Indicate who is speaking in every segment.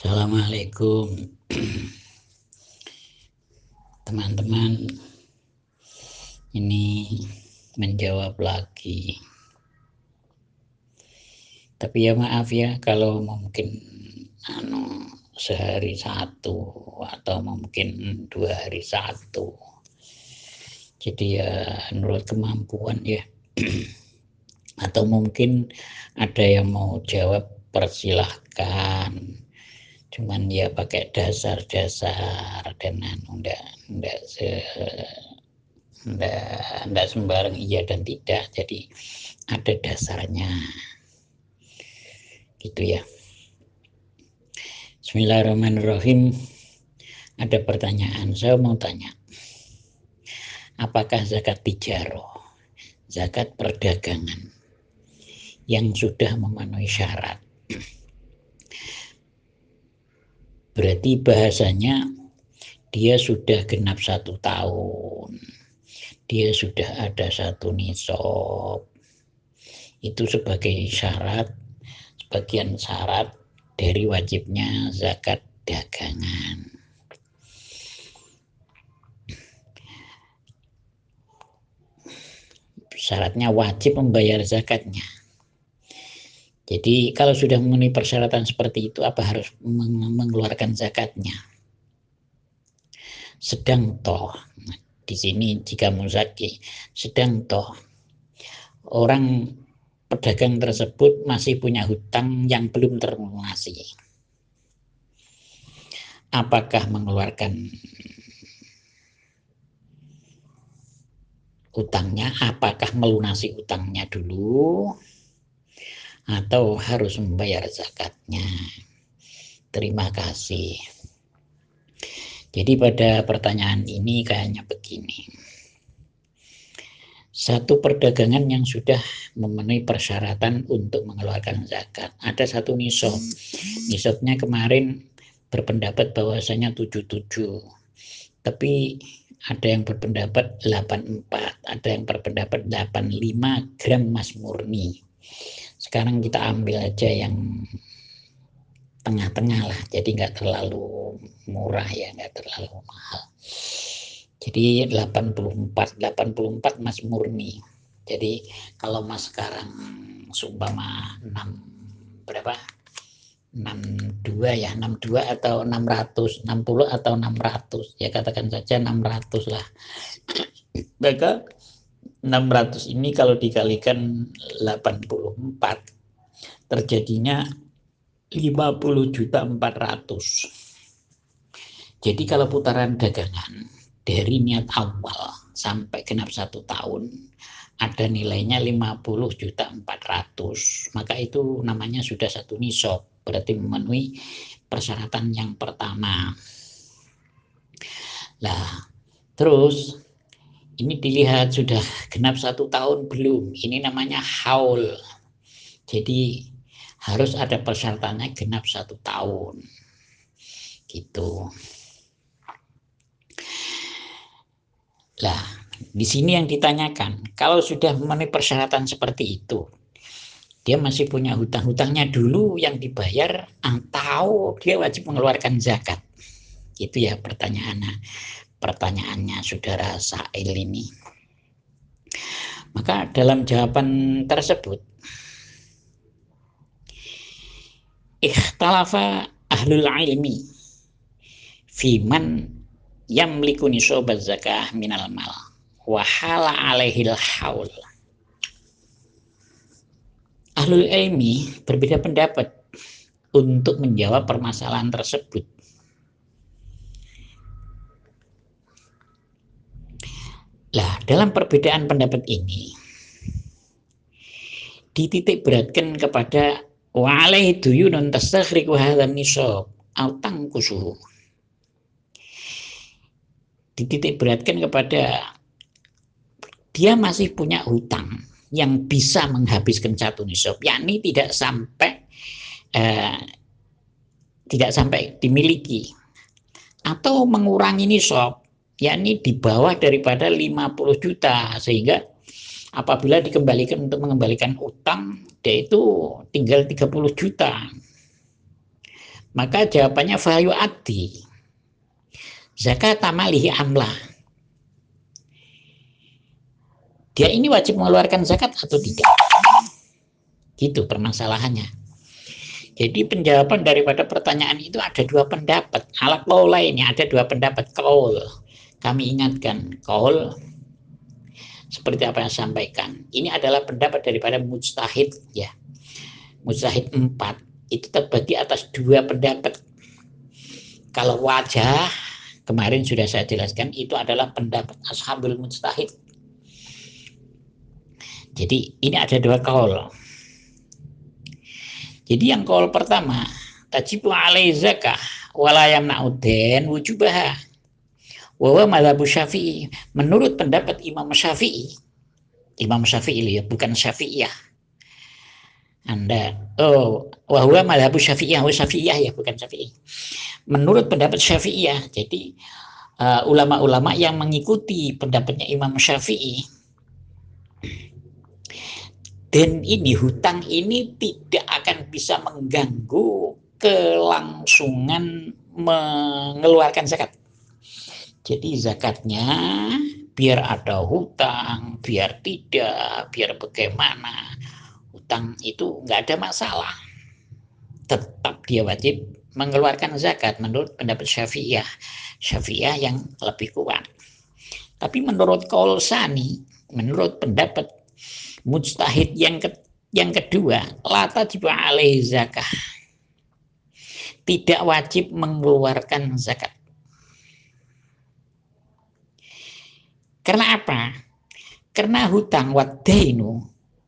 Speaker 1: Assalamualaikum teman-teman, ini menjawab lagi. Tapi ya maaf ya kalau mungkin sehari satu atau mungkin 2 hari satu. Jadi ya menurut kemampuan ya. Atau mungkin ada yang mau jawab, persilahkan. Cuman ya pakai dasar-dasar dan enggak sembarang iya dan tidak, jadi ada dasarnya gitu ya. Bismillahirrahmanirrahim. Ada pertanyaan, saya mau tanya, apakah zakat tijaroh, zakat perdagangan yang sudah memenuhi syarat, berarti bahasanya dia sudah genap 1 tahun, dia sudah ada 1 nisab, itu sebagai syarat, sebagian syarat dari wajibnya zakat dagangan. Syaratnya wajib membayar zakatnya. Jadi kalau sudah memenuhi persyaratan seperti itu, apa harus mengeluarkan zakatnya? Sedang toh, di sini jika muzaki, sedang toh orang pedagang tersebut masih punya hutang yang belum terlunasi, apakah mengeluarkan utangnya, apakah melunasi utangnya dulu atau harus membayar zakatnya? Terima kasih. Jadi pada pertanyaan ini kayaknya begini. Satu perdagangan yang sudah memenuhi persyaratan untuk mengeluarkan zakat, ada 1 nisab. Nisabnya kemarin berpendapat bahwasanya 77, tapi ada yang berpendapat 84, ada yang berpendapat 85 gram emas murni. Sekarang kita ambil aja yang tengah-tengah lah, jadi nggak terlalu murah ya, nggak terlalu mahal. Jadi 84 emas murni. Jadi kalau emas sekarang seumpama 62 ya, 62 atau 600, 60 atau 600, ya katakan saja 600 lah. Maka 600 ini kalau dikalikan 84 terjadinya 50.400.000. Jadi kalau putaran dagangan dari niat awal sampai genap 1 tahun ada nilainya 50.400.000, maka itu namanya sudah 1 nisab, berarti memenuhi persyaratan yang pertama. Nah, terus ini dilihat sudah genap 1 tahun belum, ini namanya haul. Jadi harus ada persyaratannya genap 1 tahun gitu. Lah, di sini yang ditanyakan, kalau sudah memenuhi persyaratan seperti itu, dia masih punya hutang-hutangnya dulu yang dibayar atau dia wajib mengeluarkan zakat? Itu ya pertanyaannya saudara Sail ini. Maka dalam jawaban tersebut, ikhtalafa ahlul ilmi fiman yamliku nisabaz zakah minal mal wa hala alaihil haul. Ahlul ilmi berbeda pendapat untuk menjawab permasalahan tersebut. Lah, dalam perbedaan pendapat ini dititik beratkan kepada wa alaihi duyunun tastaghriqu hadzal nisab au tanqusuhu. Dititik beratkan kepada dia masih punya hutang yang bisa menghabiskan 1 nisab, yakni tidak sampai dimiliki, atau mengurangi nisab, yakni di bawah daripada 50 juta, sehingga apabila dikembalikan untuk mengembalikan utang, dia itu tinggal 30 juta. Maka jawabannya fayu adi zakat amalihi amla. Dia ini wajib mengeluarkan zakat atau tidak? Gitu permasalahannya. Jadi penjawaban daripada pertanyaan itu ada dua pendapat. Ala qaula ini ada dua pendapat. Qaul, kami ingatkan, qaul seperti apa yang saya sampaikan. Ini adalah pendapat daripada mujtahid ya. Mujtahid 4 itu terbagi atas dua pendapat. Kalau wajah kemarin sudah saya jelaskan itu adalah pendapat ashabul mujtahid. Jadi ini ada dua qaul. Jadi yang qaul pertama, tajibu alai zakah wala yamna'uddin wujubaha. Wa huwa madzhab Syafi'i. Menurut pendapat Imam Syafi'i. Imam Syafi'i ya, bukan Syafi'iyah. Anda wa huwa madzhab Syafi'iyah ya, bukan Syafi'i. Menurut pendapat Syafi'iyah. Jadi ulama-ulama yang mengikuti pendapatnya Imam Syafi'i, dan ini hutang ini tidak akan bisa mengganggu kelangsungan mengeluarkan zakat. Jadi zakatnya biar ada hutang, biar tidak, biar bagaimana, hutang itu nggak ada masalah. Tetap dia wajib mengeluarkan zakat menurut pendapat Syafi'iyah. Syafi'iyah yang lebih kuat. Tapi menurut qaul tsani, menurut pendapat mujtahid yang kedua, la tajibu alaihi zakah. Tidak wajib mengeluarkan zakat. Karena apa? Karena hutang wadainu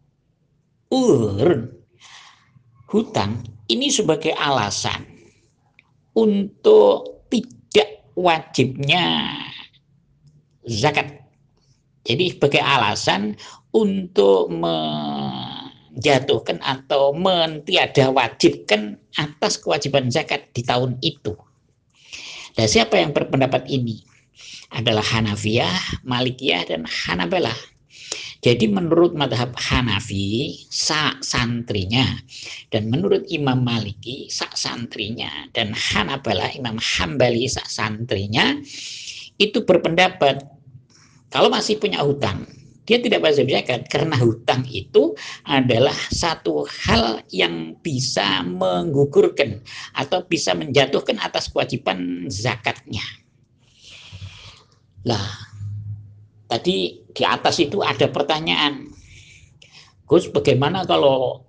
Speaker 1: hutang ini sebagai alasan untuk tidak wajibnya zakat. Jadi sebagai alasan untuk menjatuhkan atau mentiada wajibkan atas kewajiban zakat di tahun itu. Dan siapa yang berpendapat ini? Adalah Hanafiyah, Malikiyah, dan Hanabalah. Jadi menurut madhab Hanafi, sak santrinya, dan menurut Imam Maliki, sak santrinya, dan Hanabalah, Imam Hambali, sak santrinya, itu berpendapat kalau masih punya hutang, dia tidak wajib zakat karena hutang itu adalah satu hal yang bisa menggugurkan atau bisa menjatuhkan atas kewajiban zakatnya. Lah, tadi di atas itu ada pertanyaan, Gus, bagaimana kalau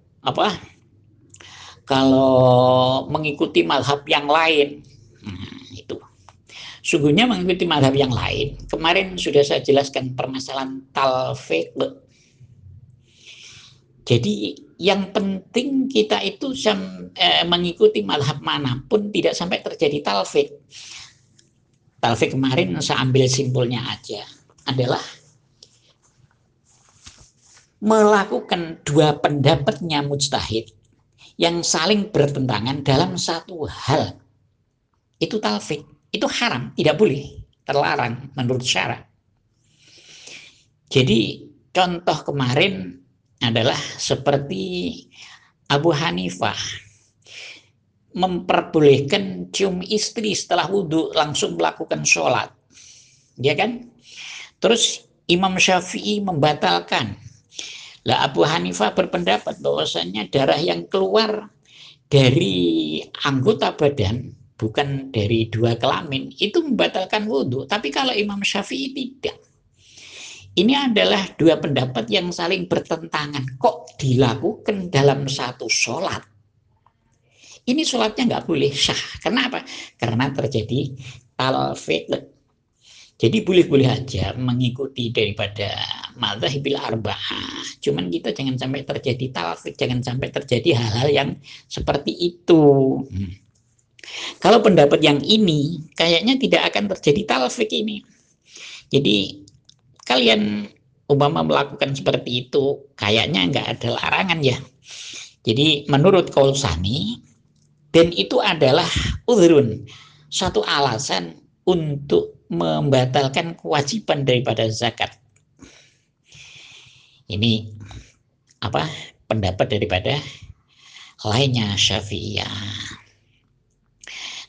Speaker 1: mengikuti mazhab yang lain? Itu. Sungguhnya mengikuti mazhab yang lain. Kemarin sudah saya jelaskan permasalahan talfiq. Jadi yang penting kita itu mengikuti mazhab manapun tidak sampai terjadi talfiq. Talfiq kemarin saya ambil simpulnya aja adalah melakukan dua pendapatnya mujtahid yang saling bertentangan dalam satu hal. Itu talfiq. Itu haram, tidak boleh, terlarang menurut syara. Jadi contoh kemarin adalah seperti Abu Hanifah memperbolehkan cium istri setelah wudhu langsung melakukan sholat, ya kan? Terus Imam Syafi'i membatalkan. Lah Abu Hanifah berpendapat bahwasanya darah yang keluar dari anggota badan bukan dari dua kelamin itu membatalkan wudhu. Tapi kalau Imam Syafi'i tidak. Ini adalah dua pendapat yang saling bertentangan. Kok dilakukan dalam satu sholat? Ini sholatnya nggak boleh sah. Kenapa? Karena terjadi talfiq. Jadi boleh-boleh aja mengikuti daripada madzhabil arba'ah. Cuman kita jangan sampai terjadi talfiq, jangan sampai terjadi hal-hal yang seperti itu. Kalau pendapat yang ini kayaknya tidak akan terjadi talfiq ini. Jadi kalian umpama melakukan seperti itu kayaknya nggak ada larangan ya. Jadi menurut qaul tsani, dan itu adalah udhrun, satu alasan untuk membatalkan kewajiban daripada zakat. Ini pendapat daripada lainnya Syafi'iyah.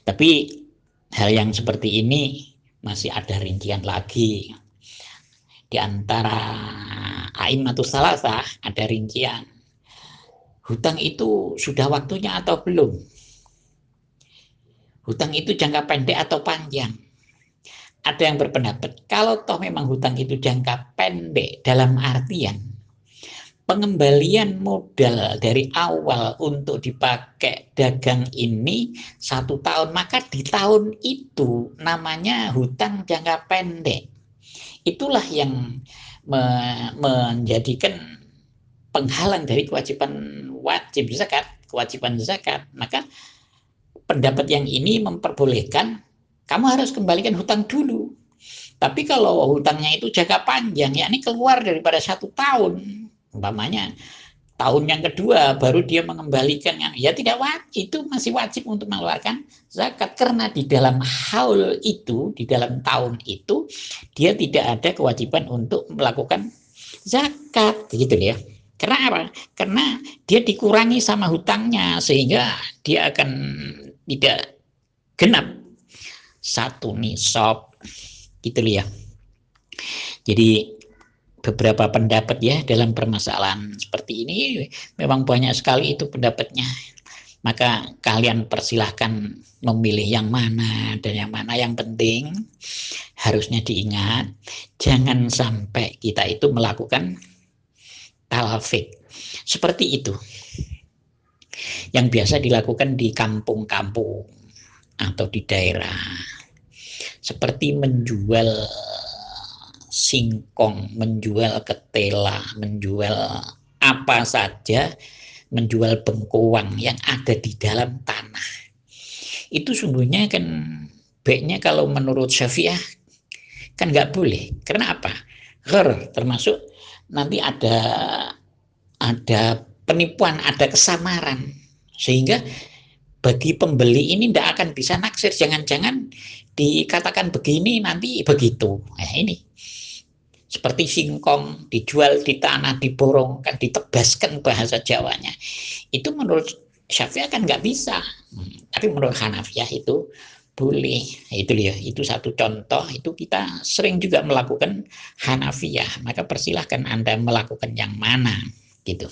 Speaker 1: Tapi hal yang seperti ini masih ada rincian lagi. Di antara a'immatus salasah ada rincian. Hutang itu sudah waktunya atau belum? Hutang itu jangka pendek atau panjang? Ada yang berpendapat kalau toh memang hutang itu jangka pendek, dalam artian pengembalian modal dari awal untuk dipakai dagang ini 1 tahun, maka di tahun itu namanya hutang jangka pendek. Itulah yang menjadikan penghalang dari kewajiban wajib zakat, kewajiban zakat. Maka pendapat yang ini memperbolehkan kamu harus kembalikan hutang dulu. Tapi kalau hutangnya itu jangka panjang, yakni keluar daripada 1 tahun, umpamanya tahun yang kedua baru dia mengembalikan, ya tidak wajib, itu masih wajib untuk mengeluarkan zakat, karena di dalam haul itu, di dalam tahun itu dia tidak ada kewajiban untuk melakukan zakat, gitu ya. Karena apa? Karena dia dikurangi sama hutangnya, sehingga dia akan tidak genap 1 nisab, gitu ya. Jadi beberapa pendapat ya dalam permasalahan seperti ini, memang banyak sekali itu pendapatnya. Maka kalian persilahkan memilih yang mana dan yang mana. Yang penting harusnya diingat, jangan sampai kita itu melakukan talafik seperti itu yang biasa dilakukan di kampung-kampung atau di daerah, seperti menjual singkong, menjual ketela, menjual apa saja, menjual bengkoang yang ada di dalam tanah. Itu sungguhnya kan baiknya kalau menurut Syafi'iyah kan nggak boleh. Karena apa? Termasuk nanti ada penipuan, ada kesamaran, sehingga bagi pembeli ini tidak akan bisa naksir. Jangan-jangan dikatakan begini nanti begitu. Nah, ini seperti singkong dijual di tanah, diborong, kan ditebaskan bahasa Jawanya. Itu menurut Syafi'iyah kan nggak bisa. Tapi menurut Hanafiyah itu boleh. Itu ya, itu satu contoh. Itu kita sering juga melakukan Hanafiyah. Maka persilahkan Anda melakukan yang mana, gitu.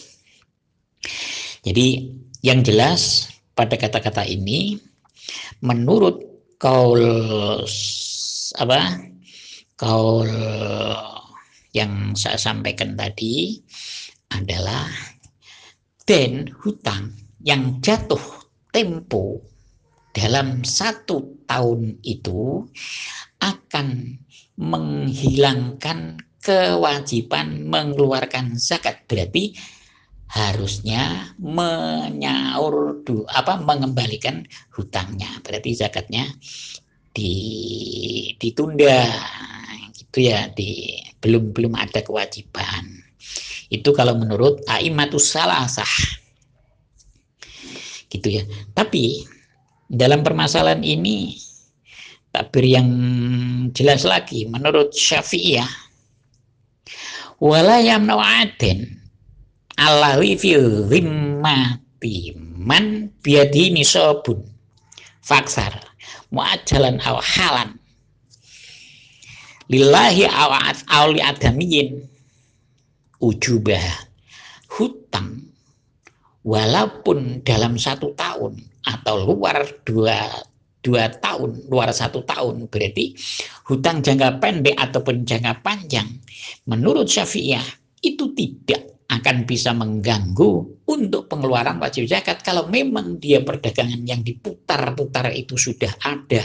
Speaker 1: Jadi yang jelas pada kata-kata ini, menurut kaul yang saya sampaikan tadi adalah den hutang yang jatuh tempo dalam 1 tahun itu akan menghilangkan kewajiban mengeluarkan zakat. Berarti harusnya mengembalikan hutangnya. Berarti zakatnya ditunda, gitu ya, belum ada kewajiban. Itu kalau menurut a'immatus salasah, gitu ya. Tapi dalam permasalahan ini takbir yang jelas lagi menurut Syafi'iyah, wala yamna'u aden allawi fi zimmati man biadi nisabun faksar mu'ajjalan aw halan lillahi awli adamiyin ujubah. Hutang walaupun dalam 1 tahun atau luar 2 tahun, luar 1 tahun, berarti hutang jangka pendek ataupun jangka panjang, menurut Syafi'iyah itu tidak akan bisa mengganggu untuk pengeluaran wajib zakat kalau memang dia perdagangan yang diputar-putar itu sudah ada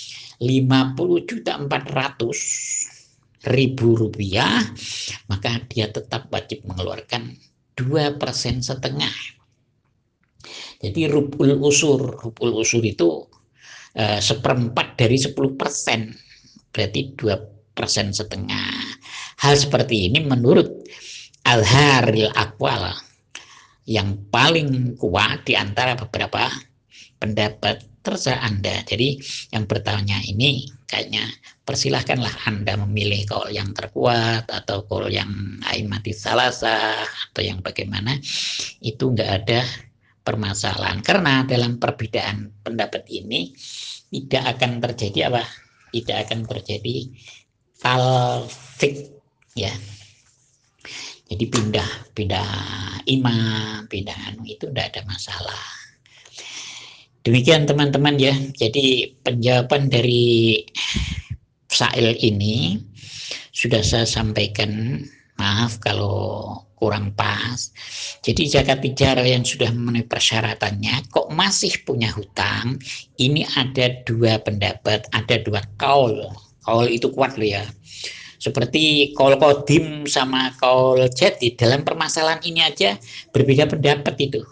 Speaker 1: 50.400.000 rupiah, maka dia tetap wajib mengeluarkan 2,5%. Jadi rubul usur itu 1/4 dari 10%, berarti 2,5%. Hal seperti ini menurut Al-Haril Aqwal yang paling kuat di antara beberapa pendapat. Terserah Anda. Jadi yang bertanya ini kayaknya persilahkanlah Anda memilih kaul yang terkuat atau kaul yang a'immatis salasah atau yang bagaimana. Itu nggak ada permasalahan, karena dalam perbedaan pendapat ini tidak akan terjadi apa? Tidak akan terjadi talfik, ya. Jadi pindah imam, pindah itu tidak ada masalah. Demikian teman-teman ya. Jadi penjawaban dari Sail ini sudah saya sampaikan. Maaf kalau kurang pas. Jadi zakat tijarah yang sudah memenuhi persyaratannya kok masih punya hutang, ini ada dua pendapat, ada dua kaul. Kaul itu kuat loh ya. Seperti kaul kodim sama kaul jadid, dalam permasalahan ini aja berbeda pendapat itu.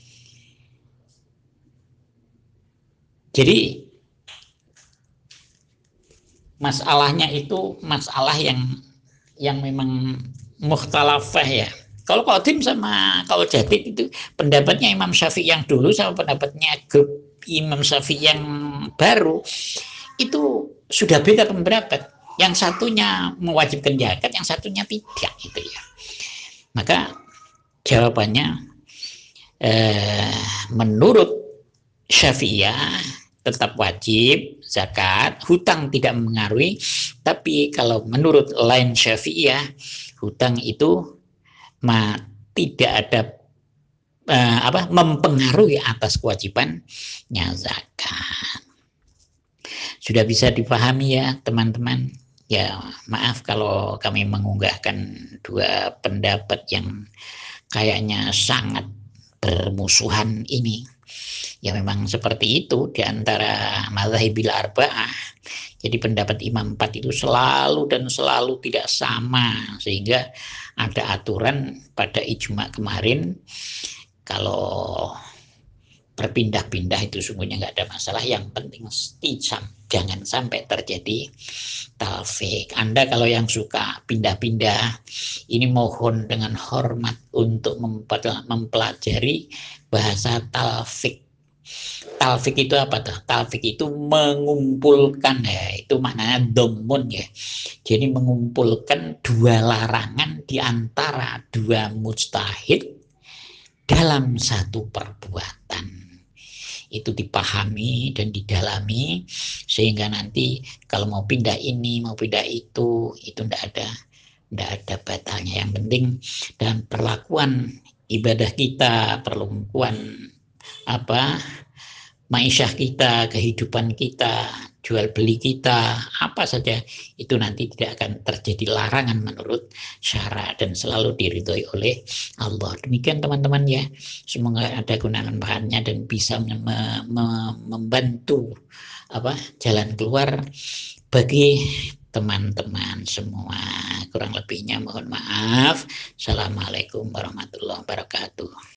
Speaker 1: Jadi masalahnya itu masalah yang memang mukhtalafah ya. Kalau kodim sama kalau jadid itu pendapatnya Imam Syafi'i yang dulu sama pendapatnya grup Imam Syafi'i yang baru itu sudah beda pendapat. Yang satunya mewajibkan zakat, yang satunya tidak gitu ya. Maka jawabannya menurut Syafi'iyah tetap wajib zakat, hutang tidak mempengaruhi. Tapi kalau menurut lain Syafi'iyah, hutang itu tidak ada mempengaruhi atas kewajibannya zakat. Sudah bisa dipahami ya teman-teman. Ya maaf kalau kami mengunggahkan dua pendapat yang kayaknya sangat bermusuhan ini. Ya memang seperti itu di antara mazhabil arba'ah. Jadi pendapat Imam 4 itu selalu dan selalu tidak sama, sehingga ada aturan pada ijma kemarin kalau berpindah-pindah itu sungguhnya nggak ada masalah. Yang penting jangan sampai terjadi talfik. Anda kalau yang suka pindah-pindah, ini mohon dengan hormat untuk mempelajari bahasa talfik. Talfik itu apa tuh? Talfik itu mengumpulkan ya, itu maknanya domun ya. Jadi mengumpulkan dua larangan di antara dua mustahil dalam satu perbuatan. Itu dipahami dan didalami sehingga nanti kalau mau pindah ini, mau pindah itu tidak ada batalnya. Yang penting dalam perlakuan ibadah kita, perlakuan ma'isyah kita, kehidupan kita, jual beli kita, apa saja itu nanti tidak akan terjadi larangan menurut syara dan selalu diridhoi oleh Allah. Demikian teman-teman ya. Semoga ada gunaan bahannya dan bisa membantu jalan keluar bagi teman-teman semua. Kurang lebihnya mohon maaf. Assalamualaikum warahmatullahi wabarakatuh.